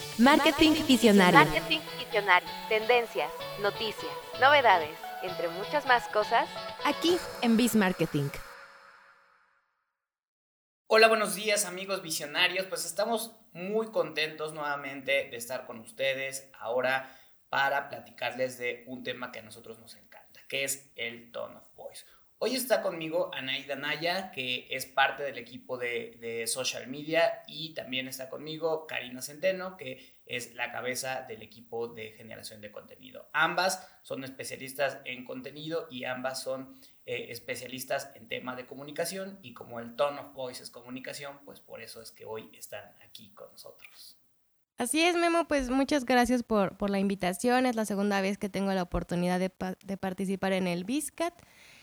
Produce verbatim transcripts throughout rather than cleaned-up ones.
Marketing Visionario. Marketing Visionario. Tendencias, noticias, novedades, entre muchas más cosas, Aquí en Biz Marketing. Hola, buenos días amigos visionarios, pues estamos muy contentos nuevamente de estar con ustedes ahora para platicarles de un tema que a nosotros nos encanta, que es el Tone of Voice. Hoy está conmigo Anaida Naya, que es parte del equipo de, de social media, y también está conmigo Karina Centeno, que es la cabeza del equipo de generación de contenido. Ambas son especialistas en contenido y ambas son eh, especialistas en tema de comunicación, y como el Tone of Voice es comunicación, pues por eso es que hoy están aquí con nosotros. Así es, Memo, pues muchas gracias por, por la invitación. Es la segunda vez que tengo la oportunidad de, pa- de participar en el BizCat.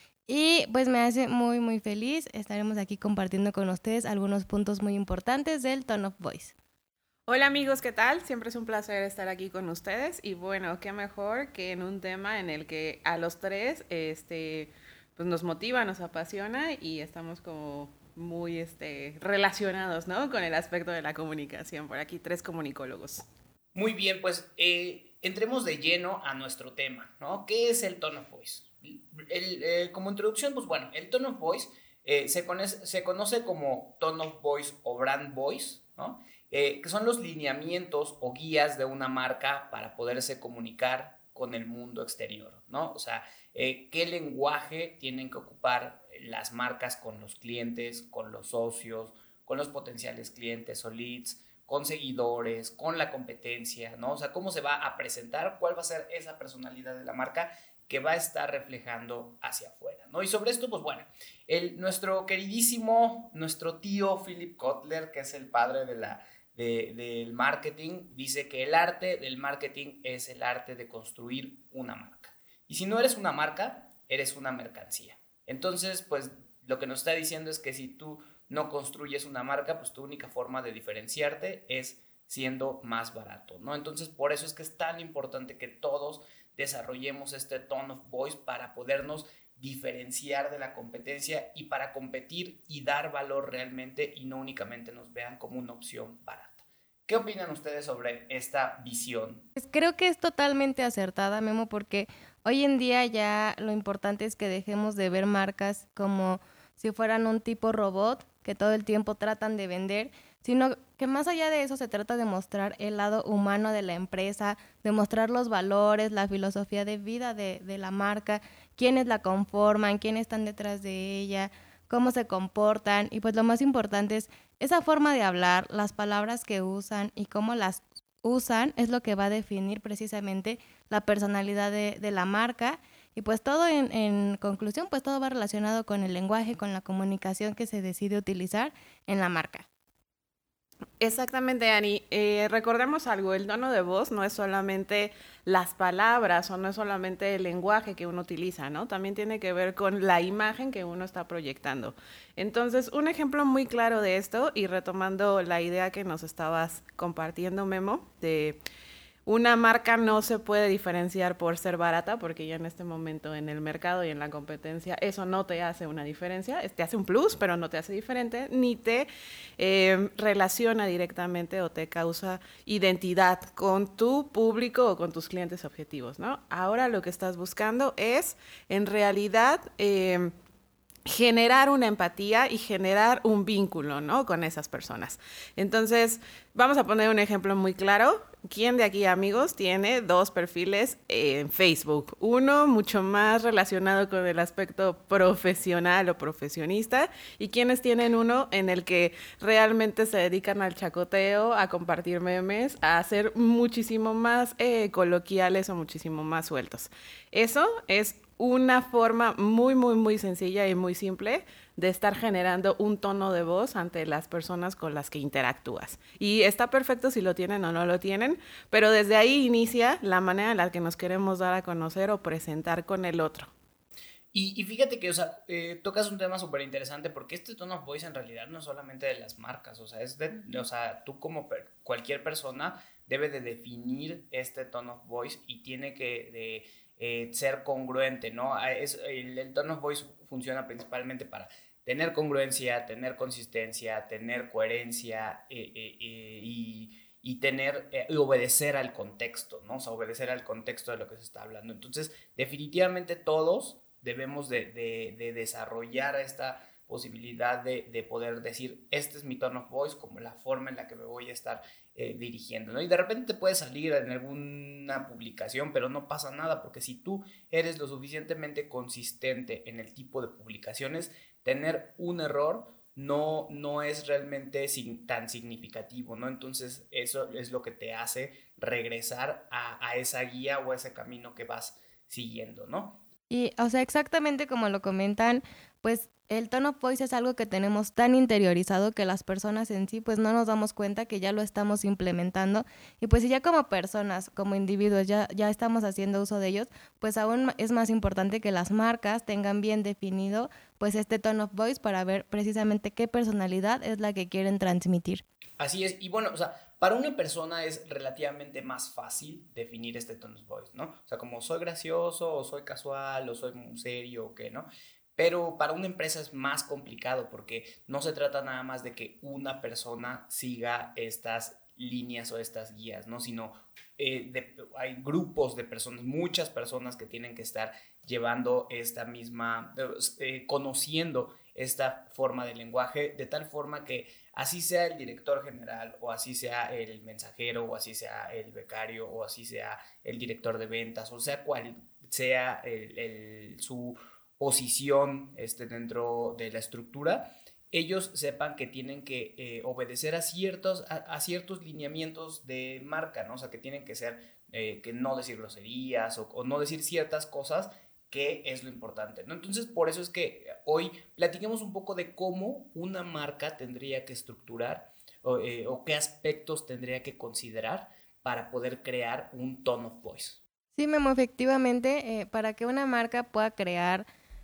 Y pues me hace muy, muy feliz. Estaremos aquí compartiendo con ustedes algunos puntos muy importantes del Tone of Voice. Hola amigos, ¿qué tal? Siempre es un placer estar aquí con ustedes y bueno, qué mejor que en un tema en el que a los tres este, pues nos motiva, nos apasiona y estamos como muy este, relacionados, ¿no? Con el aspecto de la comunicación. Por aquí tres comunicólogos. Muy bien, pues eh, entremos de lleno a nuestro tema, ¿no? ¿Qué es el Tone of Voice? El, eh, como introducción, pues bueno, el Tone of Voice eh, se, conoce, se conoce como Tone of Voice o Brand Voice, ¿no? Eh, que son los lineamientos o guías de una marca para poderse comunicar con el mundo exterior, ¿no? O sea, eh, qué lenguaje tienen que ocupar las marcas con los clientes, con los socios, con los potenciales clientes o leads, con seguidores, con la competencia, ¿no? O sea, cómo se va a presentar, cuál va a ser esa personalidad de la marca que va a estar reflejando hacia afuera, ¿no? Y sobre esto, pues bueno, el, nuestro queridísimo, nuestro tío Philip Kotler, que es el padre de la, de, del marketing, dice que el arte del marketing es el arte de construir una marca. Y si no eres una marca, eres una mercancía. Entonces, pues lo que nos está diciendo es que si tú no construyes una marca, pues tu única forma de diferenciarte es siendo más barato, ¿no? Entonces, por eso es que es tan importante que todos desarrollemos este tone of voice para podernos diferenciar de la competencia y para competir y dar valor realmente y no únicamente nos vean como una opción barata. ¿Qué opinan ustedes sobre esta visión? Pues creo que es totalmente acertada, Memo, porque hoy en día ya lo importante es que dejemos de ver marcas como si fueran un tipo robot que todo el tiempo tratan de vender, sino que más allá de eso se trata de mostrar el lado humano de la empresa, de mostrar los valores, la filosofía de vida de, de la marca, quiénes la conforman, quiénes están detrás de ella, cómo se comportan, y pues lo más importante es esa forma de hablar, las palabras que usan y cómo las usan es lo que va a definir precisamente la personalidad de, de la marca. Y pues todo en, en conclusión, pues todo va relacionado con el lenguaje, con la comunicación que se decide utilizar en la marca. Exactamente, Ani. Eh, recordemos algo, el tono de voz no es solamente las palabras o no es solamente el lenguaje que uno utiliza, ¿no? También tiene que ver con la imagen que uno está proyectando. Entonces, un ejemplo muy claro de esto, y retomando la idea que nos estabas compartiendo, Memo, de una marca no se puede diferenciar por ser barata, porque ya en este momento en el mercado y en la competencia eso no te hace una diferencia, te hace un plus, pero no te hace diferente, ni te eh, relaciona directamente o te causa identidad con tu público o con tus clientes objetivos, ¿no? Ahora lo que estás buscando es, en realidad, eh, generar una empatía y generar un vínculo, ¿no? Con esas personas. Entonces, vamos a poner un ejemplo muy claro. ¿Quién de aquí, amigos, tiene dos perfiles en Facebook? Uno mucho más relacionado con el aspecto profesional o profesionista, y quienes tienen uno en el que realmente se dedican al chacoteo, a compartir memes, a ser muchísimo más eh, coloquiales o muchísimo más sueltos. Eso es una forma muy, muy, muy sencilla y muy simple de estar generando un tono de voz ante las personas con las que interactúas. Y está perfecto si lo tienen o no lo tienen, pero desde ahí inicia la manera en la que nos queremos dar a conocer o presentar con el otro. Y, y fíjate que, o sea, eh, tocas un tema súper interesante, porque este tone of voice en realidad no es solamente de las marcas, o sea, es de, o sea, tú como per, cualquier persona debe de definir este tone of voice y tiene que de, eh, ser congruente, ¿no? Es, el, el tone of voice funciona principalmente para tener congruencia, tener consistencia, tener coherencia eh, eh, eh, y, y tener, eh, y obedecer al contexto, ¿no? O sea, obedecer al contexto de lo que se está hablando. Entonces, definitivamente todos debemos de, de, de desarrollar esta posibilidad de, de poder decir, este es mi tone of voice, como la forma en la que me voy a estar eh, dirigiendo, ¿no? Y de repente te puede salir en alguna publicación, pero no pasa nada, porque si tú eres lo suficientemente consistente en el tipo de publicaciones, tener un error no, no es realmente sin, tan significativo, ¿no? Entonces eso es lo que te hace regresar a, a esa guía o a ese camino que vas siguiendo, ¿no? Y, o sea, exactamente como lo comentan, pues el tone of voice es algo que tenemos tan interiorizado que las personas en sí pues no nos damos cuenta que ya lo estamos implementando, y pues si ya como personas, como individuos ya, ya estamos haciendo uso de ellos, pues aún es más importante que las marcas tengan bien definido pues este tone of voice para ver precisamente qué personalidad es la que quieren transmitir. Así es, y bueno, o sea, para una persona es relativamente más fácil definir este tone of voice, ¿no? O sea, como soy gracioso, o soy casual, o soy muy serio, o qué, ¿no? Pero para una empresa es más complicado porque no se trata nada más de que una persona siga estas líneas o estas guías, ¿no? Sino eh, de, hay grupos de personas, muchas personas que tienen que estar llevando esta misma, eh, conociendo esta forma de lenguaje, de tal forma que así sea el director general, o así sea el mensajero, o así sea el becario, o así sea el director de ventas, o sea cual sea el, el, su posición este, dentro de la estructura, ellos sepan que tienen que eh, obedecer a ciertos, a, a ciertos lineamientos de marca, ¿no? O sea, que tienen que ser, eh, que no decir groserías o, o no decir ciertas cosas, que es lo importante, ¿no? Entonces, por eso es que hoy platiquemos un poco de cómo una marca tendría que estructurar o, eh, o qué aspectos tendría que considerar para poder crear un tone of voice. Sí, Memo, efectivamente, eh, para que una marca pueda crear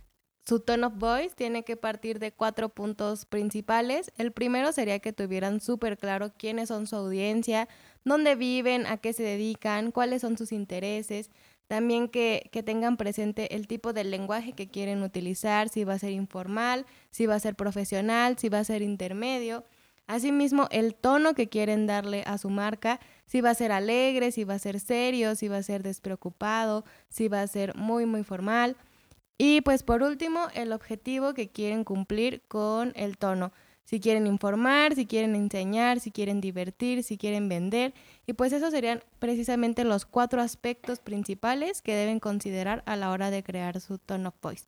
su tone of voice tiene que partir de cuatro puntos principales. El primero sería que tuvieran súper claro quiénes son su audiencia, dónde viven, a qué se dedican, cuáles son sus intereses. También que, que tengan presente el tipo de lenguaje que quieren utilizar, si va a ser informal, si va a ser profesional, si va a ser intermedio. Asimismo, el tono que quieren darle a su marca, si va a ser alegre, si va a ser serio, si va a ser despreocupado, si va a ser muy, muy formal. Y pues por último, el objetivo que quieren cumplir con el tono. Si quieren informar, si quieren enseñar, si quieren divertir, si quieren vender. Y pues esos serían precisamente los cuatro aspectos principales que deben considerar a la hora de crear su tone of voice.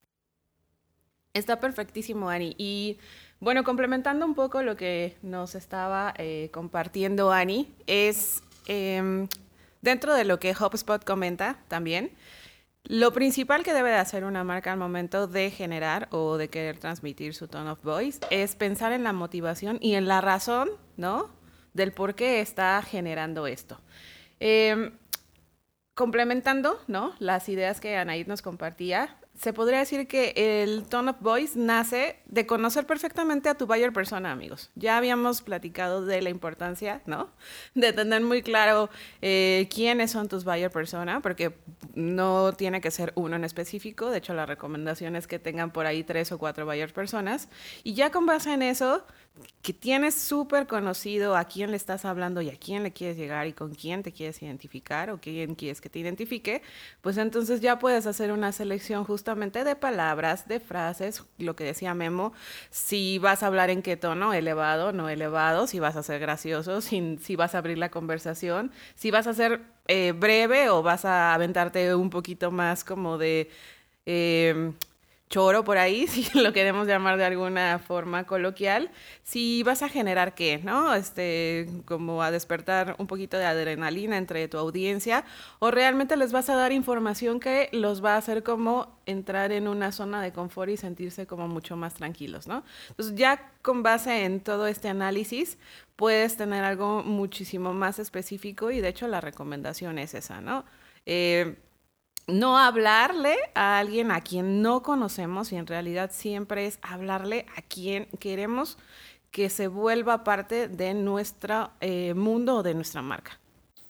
Está perfectísimo, Ani. Y bueno, complementando un poco lo que nos estaba eh, compartiendo Ani, es eh, dentro de lo que HubSpot comenta también, lo principal que debe de hacer una marca al momento de generar o de querer transmitir su tone of voice es pensar en la motivación y en la razón, ¿no?, del por qué está generando esto. Eh, complementando, ¿no?, las ideas que Anaid nos compartía, se podría decir que el tone of voice nace de conocer perfectamente a tu buyer persona, amigos. Ya habíamos platicado de la importancia, ¿no?, de tener muy claro eh, quiénes son tus buyer persona, porque no tiene que ser uno en específico. De hecho, la recomendación es que tengan por ahí tres o cuatro buyer personas. Y ya con base en eso, que tienes súper conocido a quién le estás hablando y a quién le quieres llegar y con quién te quieres identificar o quién quieres que te identifique, pues entonces ya puedes hacer una selección justamente de palabras, de frases, lo que decía Memo, si vas a hablar en qué tono, elevado, no elevado, si vas a ser gracioso, si, si vas a abrir la conversación, si vas a ser eh, breve o vas a aventarte un poquito más como de... Eh, choro por ahí, si lo queremos llamar de alguna forma coloquial, si vas a generar qué, ¿no? Este, como a despertar un poquito de adrenalina entre tu audiencia, o realmente les vas a dar información que los va a hacer como entrar en una zona de confort y sentirse como mucho más tranquilos, ¿no? Entonces ya con base en todo este análisis puedes tener algo muchísimo más específico y de hecho la recomendación es esa, ¿no? Eh, No hablarle a alguien a quien no conocemos, y en realidad siempre es hablarle a quien queremos que se vuelva parte de nuestro eh, mundo o de nuestra marca.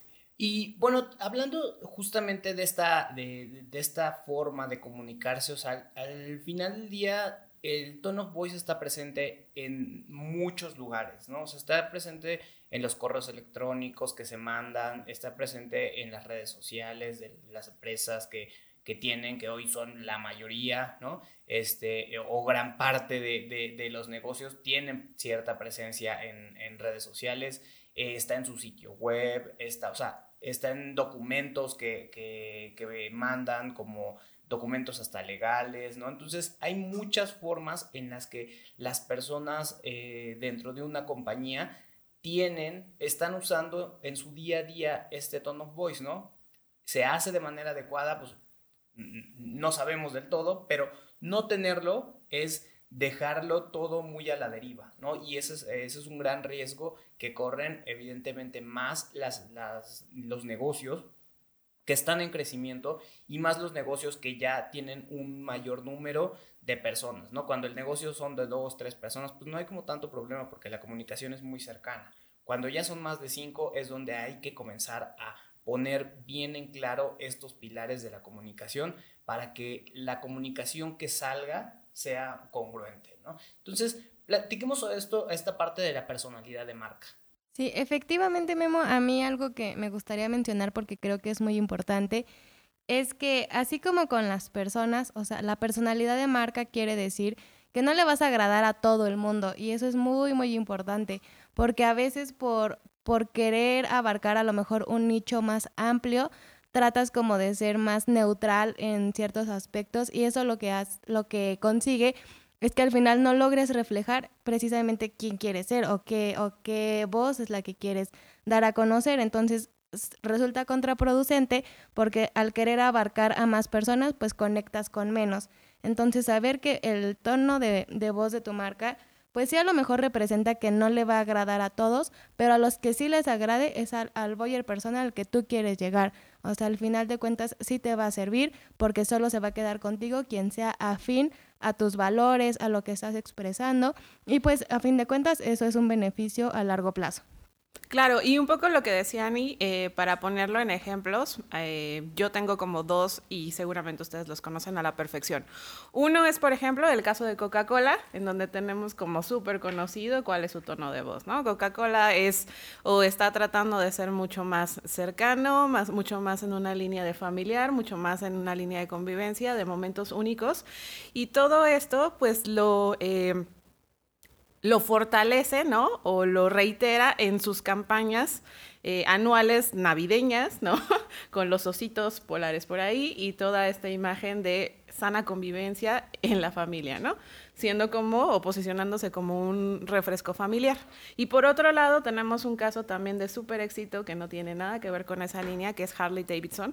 Y bueno, hablando justamente de esta, de, de esta forma de comunicarse, o sea, al final del día el tone of voice está presente en muchos lugares, ¿no? O sea, está presente en los correos electrónicos que se mandan, está presente en las redes sociales de las empresas que, que tienen, que hoy son la mayoría, ¿no? Este, o gran parte de, de, de los negocios tienen cierta presencia en, en redes sociales, eh, está en su sitio web, está, o sea, está en documentos que, que, que mandan como documentos hasta legales, ¿no? Entonces hay muchas formas en las que las personas eh, dentro de una compañía tienen, están usando en su día a día este tone of voice, ¿no? Se hace de manera adecuada, pues no sabemos del todo, pero no tenerlo es dejarlo todo muy a la deriva, ¿no? Y ese es, ese es un gran riesgo que corren evidentemente más las, las, los negocios que están en crecimiento y más los negocios que ya tienen un mayor número de personas, ¿no? Cuando el negocio son de dos, tres personas, pues no hay como tanto problema porque la comunicación es muy cercana. Cuando ya son más de cinco es donde hay que comenzar a poner bien en claro estos pilares de la comunicación para que la comunicación que salga sea congruente, ¿no? Entonces, platiquemos sobre esto, esta parte de la personalidad de marca. Sí, efectivamente, Memo, a mí algo que me gustaría mencionar porque creo que es muy importante es que así como con las personas, o sea, la personalidad de marca quiere decir que no le vas a agradar a todo el mundo y eso es muy, muy importante porque a veces por, por querer abarcar a lo mejor un nicho más amplio, tratas como de ser más neutral en ciertos aspectos y eso lo que, has, lo que consigue es que al final no logres reflejar precisamente quién quieres ser o qué, o qué voz es la que quieres dar a conocer. Entonces resulta contraproducente porque al querer abarcar a más personas, pues conectas con menos. Entonces saber que el tono de, de voz de tu marca, pues sí a lo mejor representa que no le va a agradar a todos, pero a los que sí les agrade es al, al buyer personal al que tú quieres llegar. O sea, al final de cuentas sí te va a servir porque solo se va a quedar contigo quien sea afín a tus valores, a lo que estás expresando y pues a fin de cuentas eso es un beneficio a largo plazo. Claro, y un poco lo que decía Ani, eh, para ponerlo en ejemplos, eh, yo tengo como dos y seguramente ustedes los conocen a la perfección. Uno es, por ejemplo, el caso de Coca-Cola, en donde tenemos como súper conocido cuál es su tono de voz, ¿no? Coca-Cola es o está tratando de ser mucho más cercano, más, mucho más en una línea de familiar, mucho más en una línea de convivencia, de momentos únicos, y todo esto pues lo... Eh, lo fortalece, ¿no? O lo reitera en sus campañas eh, anuales navideñas, ¿no? Con los ositos polares por ahí y toda esta imagen de sana convivencia en la familia, ¿no? Siendo como, o posicionándose como un refresco familiar. Y por otro lado, tenemos un caso también de súper éxito que no tiene nada que ver con esa línea, que es Harley Davidson,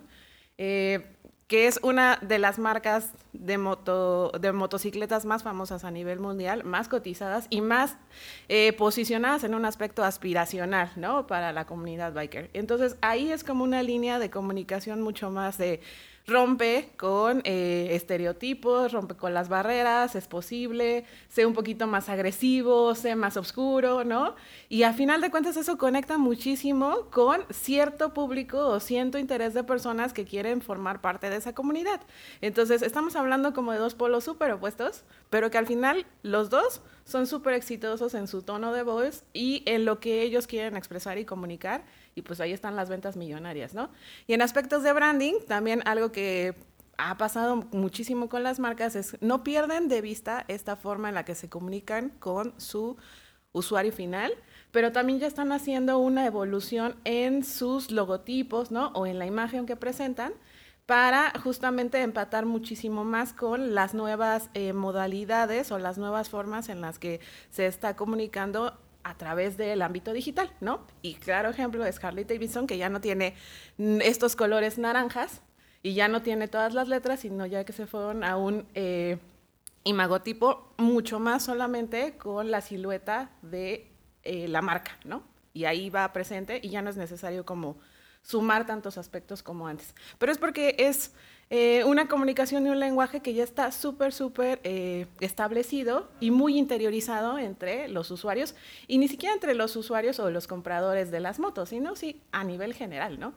eh, que es una de las marcas de, moto, de motocicletas más famosas a nivel mundial, más cotizadas y más eh, posicionadas en un aspecto aspiracional, ¿no? Para la comunidad biker. Entonces, ahí es como una línea de comunicación mucho más de rompe con eh, estereotipos, rompe con las barreras, es posible, sé un poquito más agresivo, sé más oscuro, ¿no? Y a final de cuentas eso conecta muchísimo con cierto público o cierto interés de personas que quieren formar parte de esa comunidad. Entonces estamos hablando como de dos polos súper opuestos, pero que al final los dos son súper exitosos en su tono de voz y en lo que ellos quieren expresar y comunicar, y pues ahí están las ventas millonarias, ¿no? Y en aspectos de branding, también algo que ha pasado muchísimo con las marcas es no pierden de vista esta forma en la que se comunican con su usuario final, pero también ya están haciendo una evolución en sus logotipos, ¿no? O en la imagen que presentan, para justamente empatar muchísimo más con las nuevas eh, modalidades o las nuevas formas en las que se está comunicando a través del ámbito digital, ¿no? Y claro ejemplo es Harley Davidson, que ya no tiene estos colores naranjas y ya no tiene todas las letras, sino ya que se fueron a un eh, imagotipo mucho más solamente con la silueta de eh, la marca, ¿no? Y ahí va presente y ya no es necesario como sumar tantos aspectos como antes. Pero es porque es eh, una comunicación y un lenguaje que ya está súper, súper eh, establecido y muy interiorizado entre los usuarios, y ni siquiera entre los usuarios o los compradores de las motos, sino sí a nivel general, ¿no?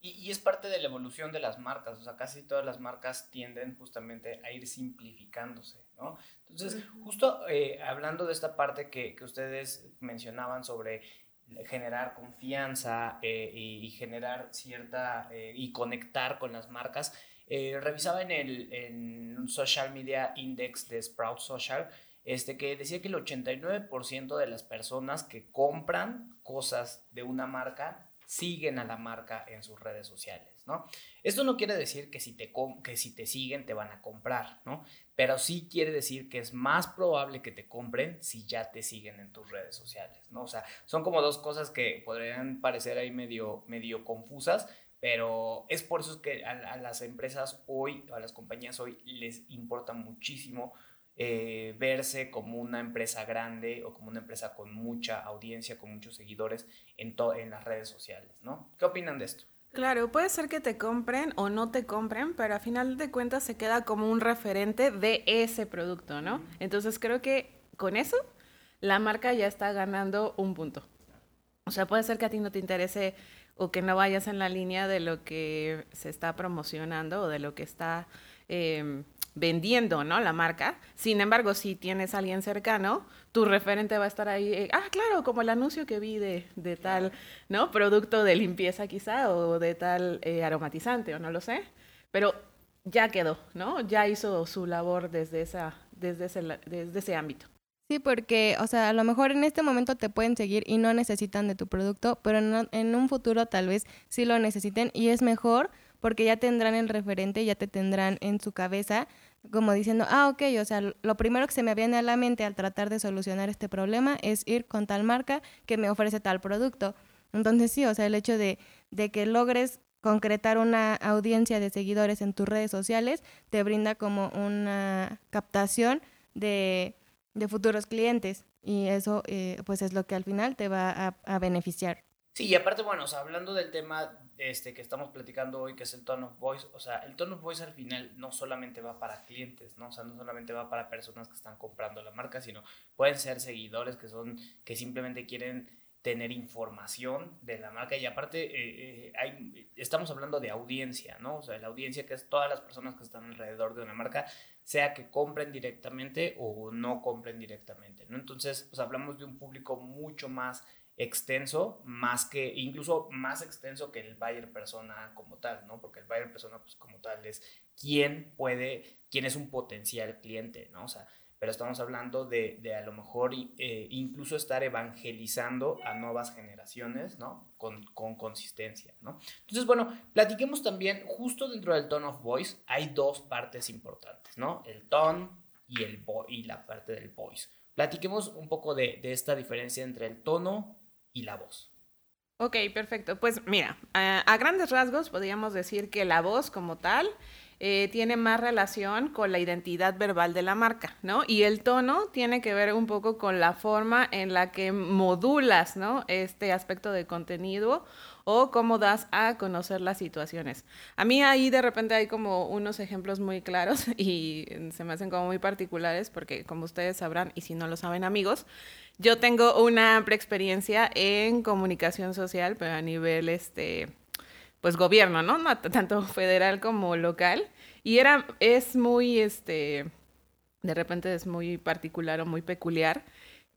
Y, y es parte de la evolución de las marcas, o sea, casi todas las marcas tienden justamente a ir simplificándose, ¿no? Entonces, justo eh, hablando de esta parte que, que ustedes mencionaban sobre generar confianza eh, y, y generar cierta, eh, y conectar con las marcas, eh, revisaba en el en un Social Media Index de Sprout Social, este, que decía que el ochenta y nueve por ciento de las personas que compran cosas de una marca siguen a la marca en sus redes sociales, ¿no? Esto no quiere decir que si te, que si te siguen te van a comprar, ¿no? Pero sí quiere decir que es más probable que te compren si ya te siguen en tus redes sociales, ¿no? O sea, son como dos cosas que podrían parecer ahí medio, medio confusas, pero es por eso que a, a las empresas hoy, a las compañías hoy les importa muchísimo Eh, verse como una empresa grande o como una empresa con mucha audiencia, con muchos seguidores en, to- en las redes sociales, ¿no? ¿Qué opinan de esto? Claro, puede ser que te compren o no te compren, pero a final de cuentas se queda como un referente de ese producto, ¿no? Entonces creo que con eso la marca ya está ganando un punto. O sea, puede ser que a ti no te interese o que no vayas en la línea de lo que se está promocionando o de lo que está eh, vendiendo, ¿no? La marca. Sin embargo, si tienes a alguien cercano, tu referente va a estar ahí. Eh, ah, claro, como el anuncio que vi de, de tal, ¿no? Producto de limpieza quizá o de tal eh, aromatizante o no lo sé. Pero ya quedó, ¿no? Ya hizo su labor desde, esa, desde, ese, desde ese ámbito. Sí, porque, o sea, a lo mejor en este momento te pueden seguir y no necesitan de tu producto, pero en, en un futuro tal vez sí lo necesiten y es mejor porque ya tendrán el referente, ya te tendrán en su cabeza como diciendo, ah, ok, o sea, lo primero que se me viene a la mente al tratar de solucionar este problema es ir con tal marca que me ofrece tal producto. Entonces sí, o sea, el hecho de, de que logres concretar una audiencia de seguidores en tus redes sociales te brinda como una captación de, de futuros clientes y eso eh, pues es lo que al final te va a, a beneficiar. Sí, y aparte, bueno, o sea, hablando del tema este, que estamos platicando hoy, que es el tone of voice, o sea, el tone of voice al final no solamente va para clientes, ¿no? O sea, no solamente va para personas que están comprando la marca, sino pueden ser seguidores que son, que simplemente quieren tener información de la marca y aparte eh, eh, hay, estamos hablando de audiencia, ¿no? O sea, la audiencia que es todas las personas que están alrededor de una marca, sea que compren directamente o no compren directamente, ¿no? Entonces, pues hablamos de un público mucho más extenso, más que, incluso más extenso que el buyer persona como tal, ¿no? Porque el buyer persona, pues como tal, es quién puede, quién es un potencial cliente, ¿no? O sea, pero estamos hablando de, de a lo mejor eh, incluso estar evangelizando a nuevas generaciones, ¿no? Con, con consistencia, ¿no? Entonces, bueno, platiquemos también, justo dentro del tone of voice, hay dos partes importantes, ¿no? El tone y, el vo- y la parte del voice. Platiquemos un poco de, de esta diferencia entre el tono y la voz. Ok, perfecto. Pues mira, a, a grandes rasgos podríamos decir que la voz como tal eh, tiene más relación con la identidad verbal de la marca, ¿no? Y el tono tiene que ver un poco con la forma en la que modulas, ¿no? Este aspecto de contenido o cómo das a conocer las situaciones. A mí ahí de repente hay como unos ejemplos muy claros y se me hacen como muy particulares porque como ustedes sabrán, y si no lo saben amigos, yo tengo una amplia experiencia en comunicación social, pero a nivel, este, pues gobierno, ¿no? No tanto federal como local. Y era, es muy, este, de repente es muy particular o muy peculiar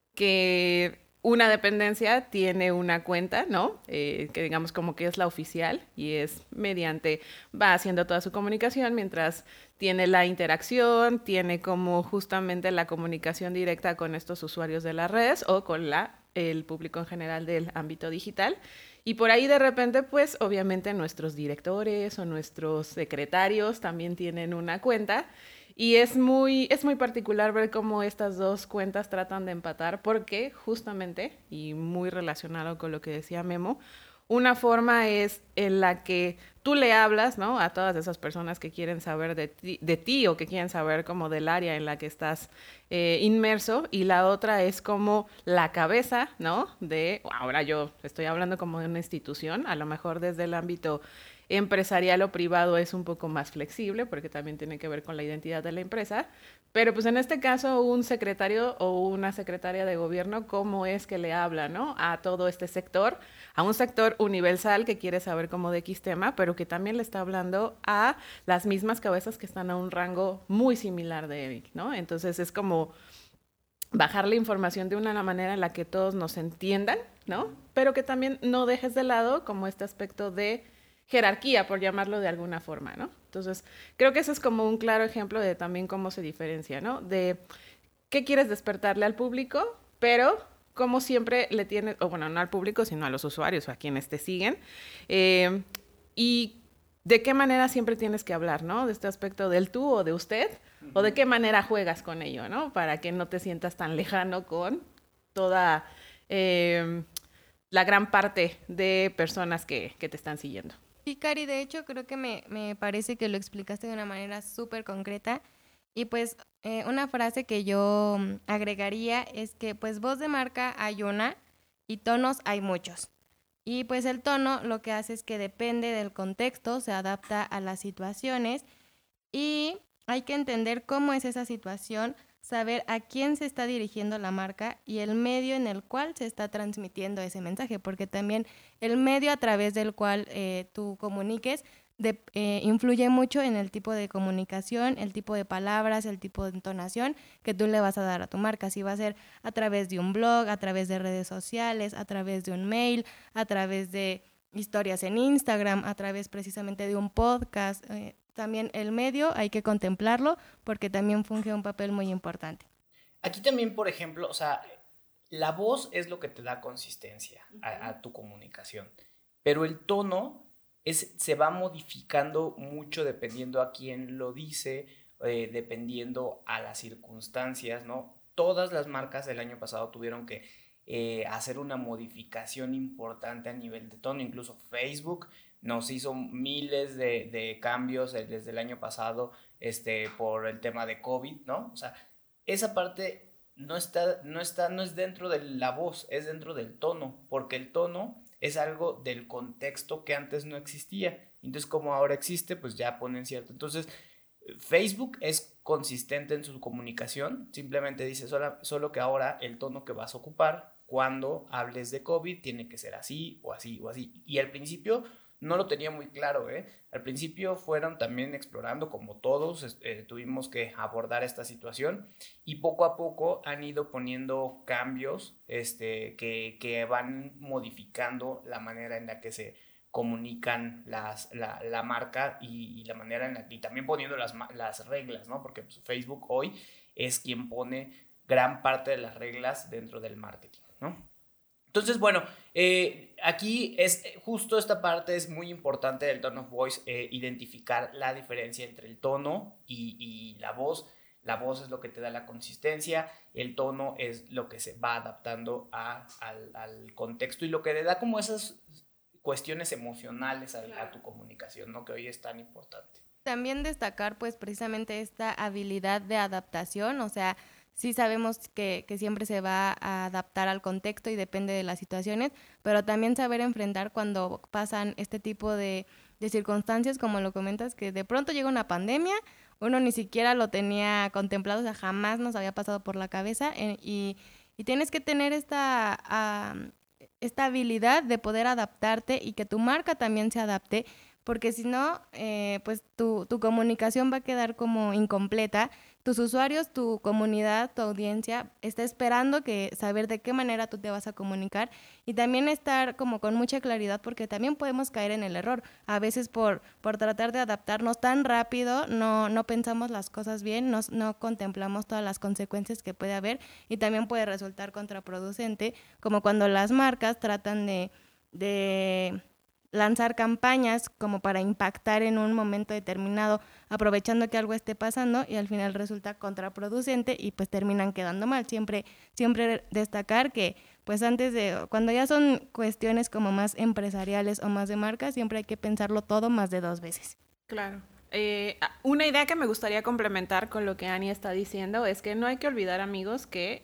que una dependencia tiene una cuenta, ¿no? Eh, que digamos como que es la oficial y es mediante, va haciendo toda su comunicación mientras tiene la interacción, tiene como justamente la comunicación directa con estos usuarios de las redes o con la, el público en general del ámbito digital. Y por ahí de repente, pues obviamente nuestros directores o nuestros secretarios también tienen una cuenta. Y es muy, es muy particular ver cómo estas dos cuentas tratan de empatar porque justamente, y muy relacionado con lo que decía Memo, una forma es en la que tú le hablas, ¿no? A todas esas personas que quieren saber de ti, de ti o que quieren saber como del área en la que estás eh, inmerso, y la otra es como la cabeza, ¿no? De, ahora yo estoy hablando como de una institución, a lo mejor desde el ámbito empresarial o privado es un poco más flexible, porque también tiene que ver con la identidad de la empresa. Pero pues en este caso un secretario o una secretaria de gobierno, ¿cómo es que le habla, ¿no?, a todo este sector? A un sector universal que quiere saber cómo de X tema, pero que también le está hablando a las mismas cabezas que están a un rango muy similar de Eric, ¿no? Entonces es como bajar la información de una manera en la que todos nos entiendan, ¿no? Pero que también no dejes de lado como este aspecto de jerarquía, por llamarlo de alguna forma, ¿no? Entonces, creo que ese es como un claro ejemplo de también cómo se diferencia, ¿no? De qué quieres despertarle al público, pero como siempre le tienes, o bueno, no al público, sino a los usuarios o a quienes te siguen, eh, y de qué manera siempre tienes que hablar, ¿no? De este aspecto del tú o de usted, uh-huh. o de qué manera juegas con ello, ¿no? Para que no te sientas tan lejano con toda eh, la gran parte de personas que, que te están siguiendo. Sí, Cari, de hecho creo que me, me parece que lo explicaste de una manera súper concreta y pues eh, una frase que yo agregaría es que pues voz de marca hay una y tonos hay muchos. Y pues el tono lo que hace es que depende del contexto, se adapta a las situaciones y hay que entender cómo es esa situación, saber a quién se está dirigiendo la marca y el medio en el cual se está transmitiendo ese mensaje, porque también el medio a través del cual eh, tú comuniques de, eh, influye mucho en el tipo de comunicación, el tipo de palabras, el tipo de entonación que tú le vas a dar a tu marca. Si va a ser a través de un blog, a través de redes sociales, a través de un mail, a través de historias en Instagram, a través precisamente de un podcast. Eh, también el medio hay que contemplarlo porque también funge un papel muy importante. Aquí también, por ejemplo, o sea, la voz es lo que te da consistencia a, a tu comunicación, pero el tono es, se va modificando mucho dependiendo a quién lo dice, eh, dependiendo a las circunstancias, ¿no? Todas las marcas del año pasado tuvieron que eh, hacer una modificación importante a nivel de tono, incluso Facebook nos hizo miles de, de cambios desde el año pasado este, por el tema de COVID, ¿no? O sea, esa parte no está, no está, no es dentro de la voz, es dentro del tono, porque el tono es algo del contexto que antes no existía. Entonces, como ahora existe, pues ya ponen cierto. Entonces, Facebook es consistente en su comunicación, simplemente dice solo, solo que ahora el tono que vas a ocupar cuando hables de COVID tiene que ser así o así o así. Y al principio no lo tenía muy claro, ¿eh? Al principio fueron también explorando, como todos, eh, tuvimos que abordar esta situación y poco a poco han ido poniendo cambios este, que, que van modificando la manera en la que se comunican las, la, la marca y, y la manera en la que, y también poniendo las, las reglas, ¿no? Porque pues, Facebook hoy es quien pone gran parte de las reglas dentro del marketing, ¿no? Entonces, bueno, eh, aquí es justo esta parte es muy importante del tone of voice, eh, identificar la diferencia entre el tono y, y la voz. La voz es lo que te da la consistencia, el tono es lo que se va adaptando a, al, al contexto y lo que le da como esas cuestiones emocionales a, a tu comunicación, ¿no? Que hoy es tan importante. También destacar, pues, precisamente esta habilidad de adaptación, o sea, sí sabemos que, que siempre se va a adaptar al contexto y depende de las situaciones, pero también saber enfrentar cuando pasan este tipo de, de circunstancias, como lo comentas, que de pronto llega una pandemia, uno ni siquiera lo tenía contemplado, o sea, jamás nos había pasado por la cabeza eh, y, y tienes que tener esta, uh, esta habilidad de poder adaptarte y que tu marca también se adapte, porque si no, eh, pues tu, tu comunicación va a quedar como incompleta. Tus usuarios, tu comunidad, tu audiencia está esperando que saber de qué manera tú te vas a comunicar y también estar como con mucha claridad porque también podemos caer en el error. A veces por, por tratar de adaptarnos tan rápido no, no pensamos las cosas bien, no, no contemplamos todas las consecuencias que puede haber y también puede resultar contraproducente, como cuando las marcas tratan de... de lanzar campañas como para impactar en un momento determinado, aprovechando que algo esté pasando y al final resulta contraproducente y pues terminan quedando mal. Siempre, siempre destacar que pues antes de, cuando ya son cuestiones como más empresariales o más de marca, siempre hay que pensarlo todo más de dos veces. Claro. Eh, una idea que me gustaría complementar con lo que Ani está diciendo es que no hay que olvidar, amigos, que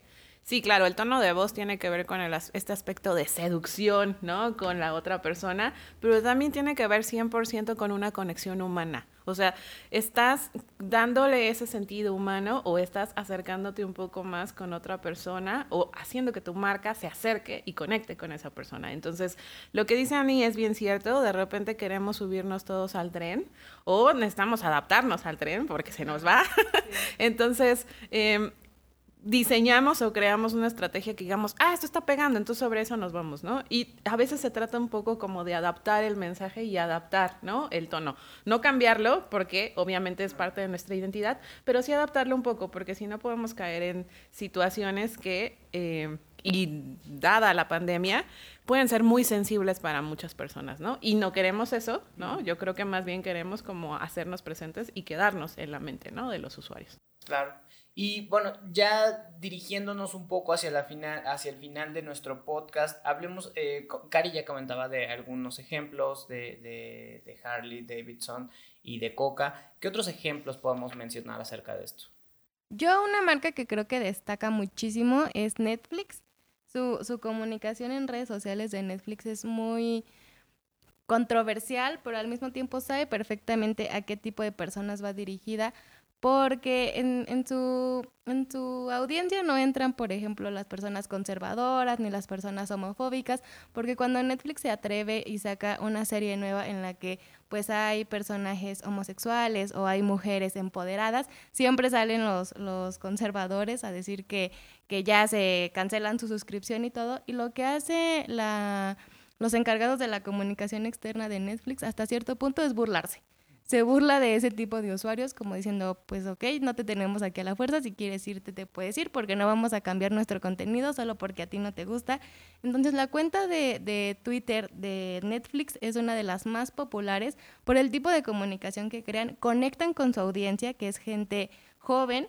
Sí, claro, el tono de voz tiene que ver con el, este aspecto de seducción, ¿no? Con la otra persona, pero también tiene que ver cien por ciento con una conexión humana. O sea, estás dándole ese sentido humano o estás acercándote un poco más con otra persona o haciendo que tu marca se acerque y conecte con esa persona. Entonces, lo que dice Ani es bien cierto, de repente queremos subirnos todos al tren o necesitamos adaptarnos al tren porque se nos va. Entonces, eh, diseñamos o creamos una estrategia que digamos, ah, esto está pegando, entonces sobre eso nos vamos, ¿no? Y a veces se trata un poco como de adaptar el mensaje y adaptar, ¿no? El tono. No cambiarlo, porque obviamente es parte de nuestra identidad, pero sí adaptarlo un poco, porque si no podemos caer en situaciones que, eh, y dada la pandemia, pueden ser muy sensibles para muchas personas, ¿no? Y no queremos eso, ¿no? Yo creo que más bien queremos como hacernos presentes y quedarnos en la mente, ¿no? De los usuarios. Claro. Y bueno, ya dirigiéndonos un poco hacia, la final, hacia el final de nuestro podcast, hablemos, eh, Cari ya comentaba de algunos ejemplos de, de, de Harley Davidson y de Coca. ¿Qué otros ejemplos podemos mencionar acerca de esto? Yo una marca que creo que destaca muchísimo es Netflix. Su, su comunicación en redes sociales de Netflix es muy controversial, pero al mismo tiempo sabe perfectamente a qué tipo de personas va dirigida, porque en, en, su, en su audiencia no entran, por ejemplo, las personas conservadoras ni las personas homofóbicas, porque cuando Netflix se atreve y saca una serie nueva en la que pues hay personajes homosexuales o hay mujeres empoderadas, siempre salen los, los conservadores a decir que, que ya se cancelan su suscripción y todo, y lo que hace la, los encargados de la comunicación externa de Netflix hasta cierto punto es burlarse. Se burla de ese tipo de usuarios como diciendo, pues ok, no te tenemos aquí a la fuerza, si quieres irte te puedes ir porque no vamos a cambiar nuestro contenido solo porque a ti no te gusta. Entonces la cuenta de, de Twitter de Netflix es una de las más populares por el tipo de comunicación que crean, conectan con su audiencia, que es gente joven,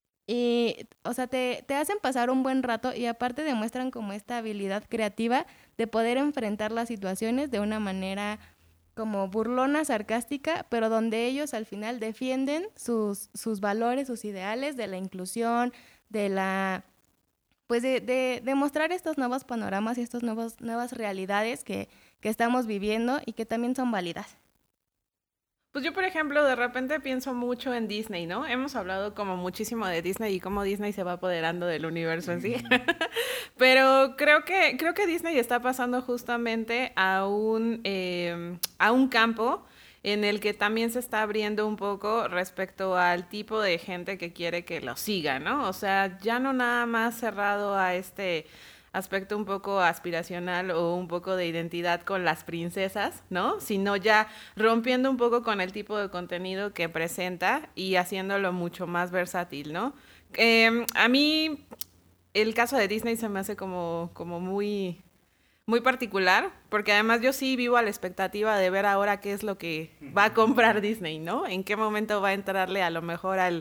y o sea, te, te hacen pasar un buen rato y aparte demuestran como esta habilidad creativa de poder enfrentar las situaciones de una manera como burlona, sarcástica, pero donde ellos al final defienden sus, sus valores, sus ideales de la inclusión, de la pues de, de, de mostrar estos nuevos panoramas y estas nuevas realidades que, que estamos viviendo y que también son válidas. Pues yo, por ejemplo, de repente pienso mucho en Disney, ¿no? Hemos hablado como muchísimo de Disney y cómo Disney se va apoderando del universo en sí. Pero creo que, creo que Disney está pasando justamente a un, eh, a un campo en el que también se está abriendo un poco respecto al tipo de gente que quiere que lo siga, ¿no? O sea, ya no nada más cerrado a este aspecto un poco aspiracional o un poco de identidad con las princesas, ¿no? Sino ya rompiendo un poco con el tipo de contenido que presenta y haciéndolo mucho más versátil, ¿no? Eh, a mí el caso de Disney se me hace como, como muy, muy particular, porque además yo sí vivo a la expectativa de ver ahora qué es lo que va a comprar Disney, ¿no? En qué momento va a entrarle a lo mejor al...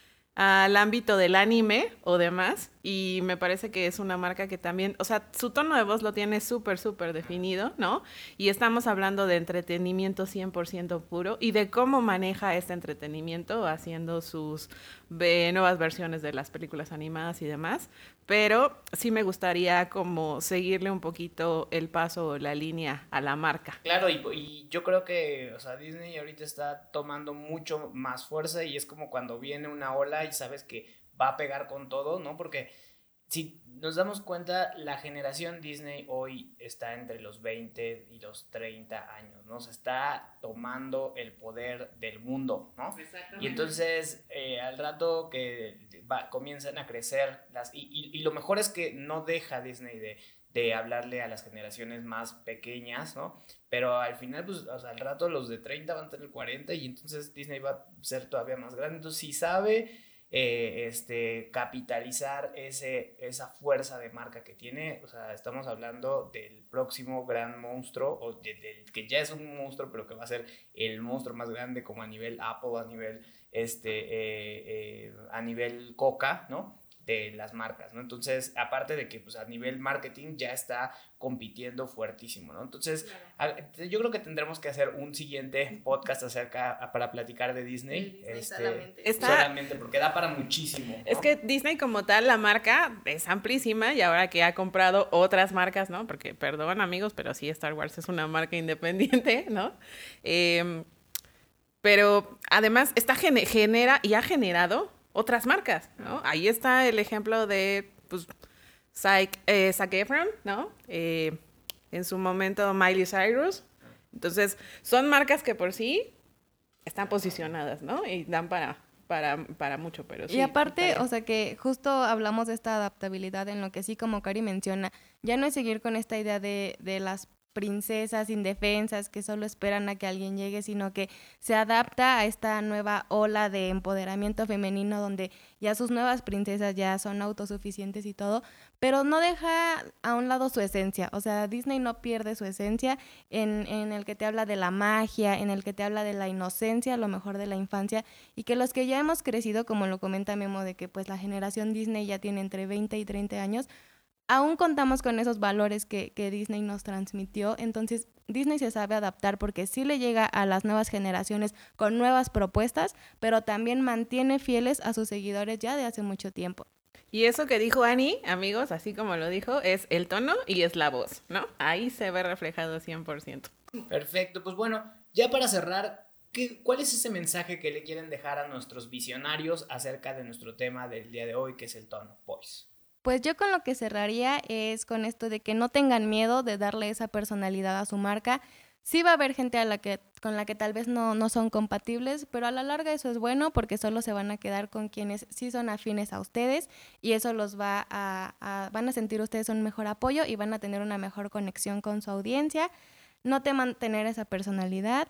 al ámbito del anime o demás, y me parece que es una marca que también, o sea, su tono de voz lo tiene súper, súper definido, ¿no? Y estamos hablando de entretenimiento cien por ciento puro y de cómo maneja este entretenimiento haciendo sus eh, nuevas versiones de las películas animadas y demás, pero sí me gustaría como seguirle un poquito el paso o la línea a la marca. Claro, y, y yo creo que, o sea, Disney ahorita está tomando mucho más fuerza y es como cuando viene una ola y sabes que va a pegar con todo, ¿no? Porque si nos damos cuenta, la generación Disney hoy está entre los veinte y los treinta años, ¿no? O sea, está tomando el poder del mundo, ¿no? Y entonces, eh, al rato que va, comienzan a crecer, las y, y, y lo mejor es que no deja Disney de, de hablarle a las generaciones más pequeñas, ¿no? Pero al final, pues, o sea, al rato los de treinta van a tener cuarenta y entonces Disney va a ser todavía más grande. Entonces, si sabe... Eh, este, capitalizar ese, esa fuerza de marca que tiene, o sea, estamos hablando del próximo gran monstruo, o de, de, que ya es un monstruo, pero que va a ser el monstruo más grande como a nivel Apple, a nivel, este, eh, eh, a nivel Coca, ¿no? de las marcas, ¿no? Entonces, aparte de que pues a nivel marketing ya está compitiendo fuertísimo, ¿no? Entonces, a, yo creo que tendremos que hacer un siguiente podcast acerca para platicar de Disney, Disney este, solamente. Está- solamente porque da para muchísimo, ¿no? Es que Disney como tal, la marca es amplísima y ahora que ha comprado otras marcas, ¿no? Porque, perdón amigos, pero sí, Star Wars es una marca independiente, ¿no? Eh, pero además está gene- genera y ha generado otras marcas, ¿no? Ahí está el ejemplo de, pues, Zac, eh, Zac Efron, ¿no? Eh, en su momento Miley Cyrus. Entonces, son marcas que por sí están posicionadas, ¿no? Y dan para, para, para mucho, pero sí. Y aparte, estaría- o sea que justo hablamos de esta adaptabilidad en lo que sí, como Cari menciona, ya no es seguir con esta idea de, de las princesas indefensas que solo esperan a que alguien llegue, sino que se adapta a esta nueva ola de empoderamiento femenino donde ya sus nuevas princesas ya son autosuficientes y todo, pero no deja a un lado su esencia. O sea, Disney no pierde su esencia en, en el que te habla de la magia, en el que te habla de la inocencia, lo mejor de la infancia, y que los que ya hemos crecido, como lo comenta Memo, de que pues la generación Disney ya tiene entre veinte y treinta años, aún contamos con esos valores que, que Disney nos transmitió. Entonces Disney se sabe adaptar porque sí le llega a las nuevas generaciones con nuevas propuestas, pero también mantiene fieles a sus seguidores ya de hace mucho tiempo. Y eso que dijo Annie, amigos, así como lo dijo, es el tono y es la voz, ¿no? Ahí se ve reflejado cien por ciento. Perfecto, pues bueno, ya para cerrar, ¿qué, ¿cuál es ese mensaje que le quieren dejar a nuestros visionarios acerca de nuestro tema del día de hoy, que es el Tone of Voice? Pues yo con lo que cerraría es con esto de que no tengan miedo de darle esa personalidad a su marca. Sí va a haber gente a la que, con la que tal vez no, no son compatibles, pero a la larga eso es bueno porque solo se van a quedar con quienes sí son afines a ustedes y eso los va a, a van a sentir ustedes un mejor apoyo y van a tener una mejor conexión con su audiencia. No teman tener esa personalidad.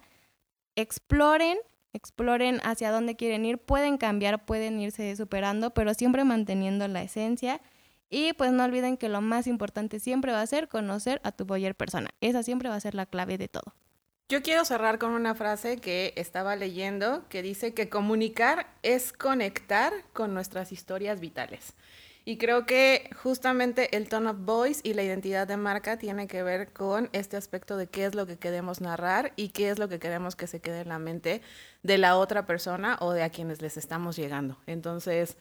Exploren, exploren hacia dónde quieren ir. Pueden cambiar, pueden irse superando, pero siempre manteniendo la esencia. Y pues no olviden que lo más importante siempre va a ser conocer a tu buyer persona. Esa siempre va a ser la clave de todo. Yo quiero cerrar con una frase que estaba leyendo que dice que comunicar es conectar con nuestras historias vitales. Y creo que justamente el tone of voice y la identidad de marca tiene que ver con este aspecto de qué es lo que queremos narrar y qué es lo que queremos que se quede en la mente de la otra persona o de a quienes les estamos llegando. Entonces,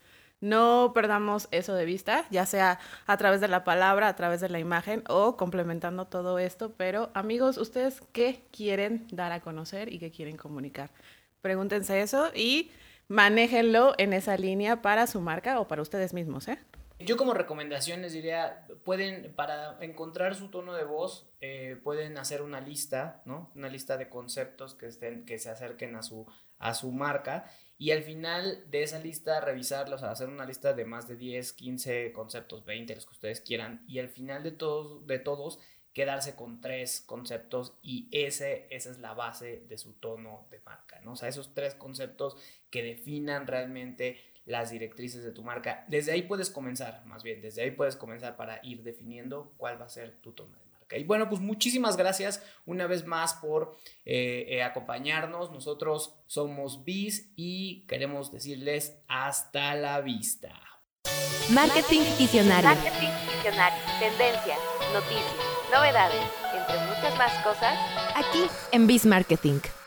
no perdamos eso de vista, ya sea a través de la palabra, a través de la imagen o complementando todo esto. Pero amigos, ¿ustedes qué quieren dar a conocer y qué quieren comunicar? Pregúntense eso y manéjenlo en esa línea para su marca o para ustedes mismos, ¿eh? Yo como recomendación les diría, pueden, para encontrar su tono de voz, eh, pueden hacer una lista, ¿no? Una lista de conceptos que, estén, que se acerquen a su, a su marca. Y al final de esa lista revisarlos, hacer una lista de más de diez, quince conceptos, veinte, los que ustedes quieran. Y al final de todos, de todos quedarse con tres conceptos y ese, esa es la base de su tono de marca, ¿no? O sea, esos tres conceptos que definan realmente las directrices de tu marca. Desde ahí puedes comenzar, más bien, desde ahí puedes comenzar para ir definiendo cuál va a ser tu tono de marca. Y bueno, pues muchísimas gracias una vez más por eh, eh, acompañarnos. Nosotros somos Biz y queremos decirles hasta la vista. Marketing Visionario. Marketing visionario, tendencias, noticias, novedades, entre muchas más cosas. Aquí en Biz Marketing.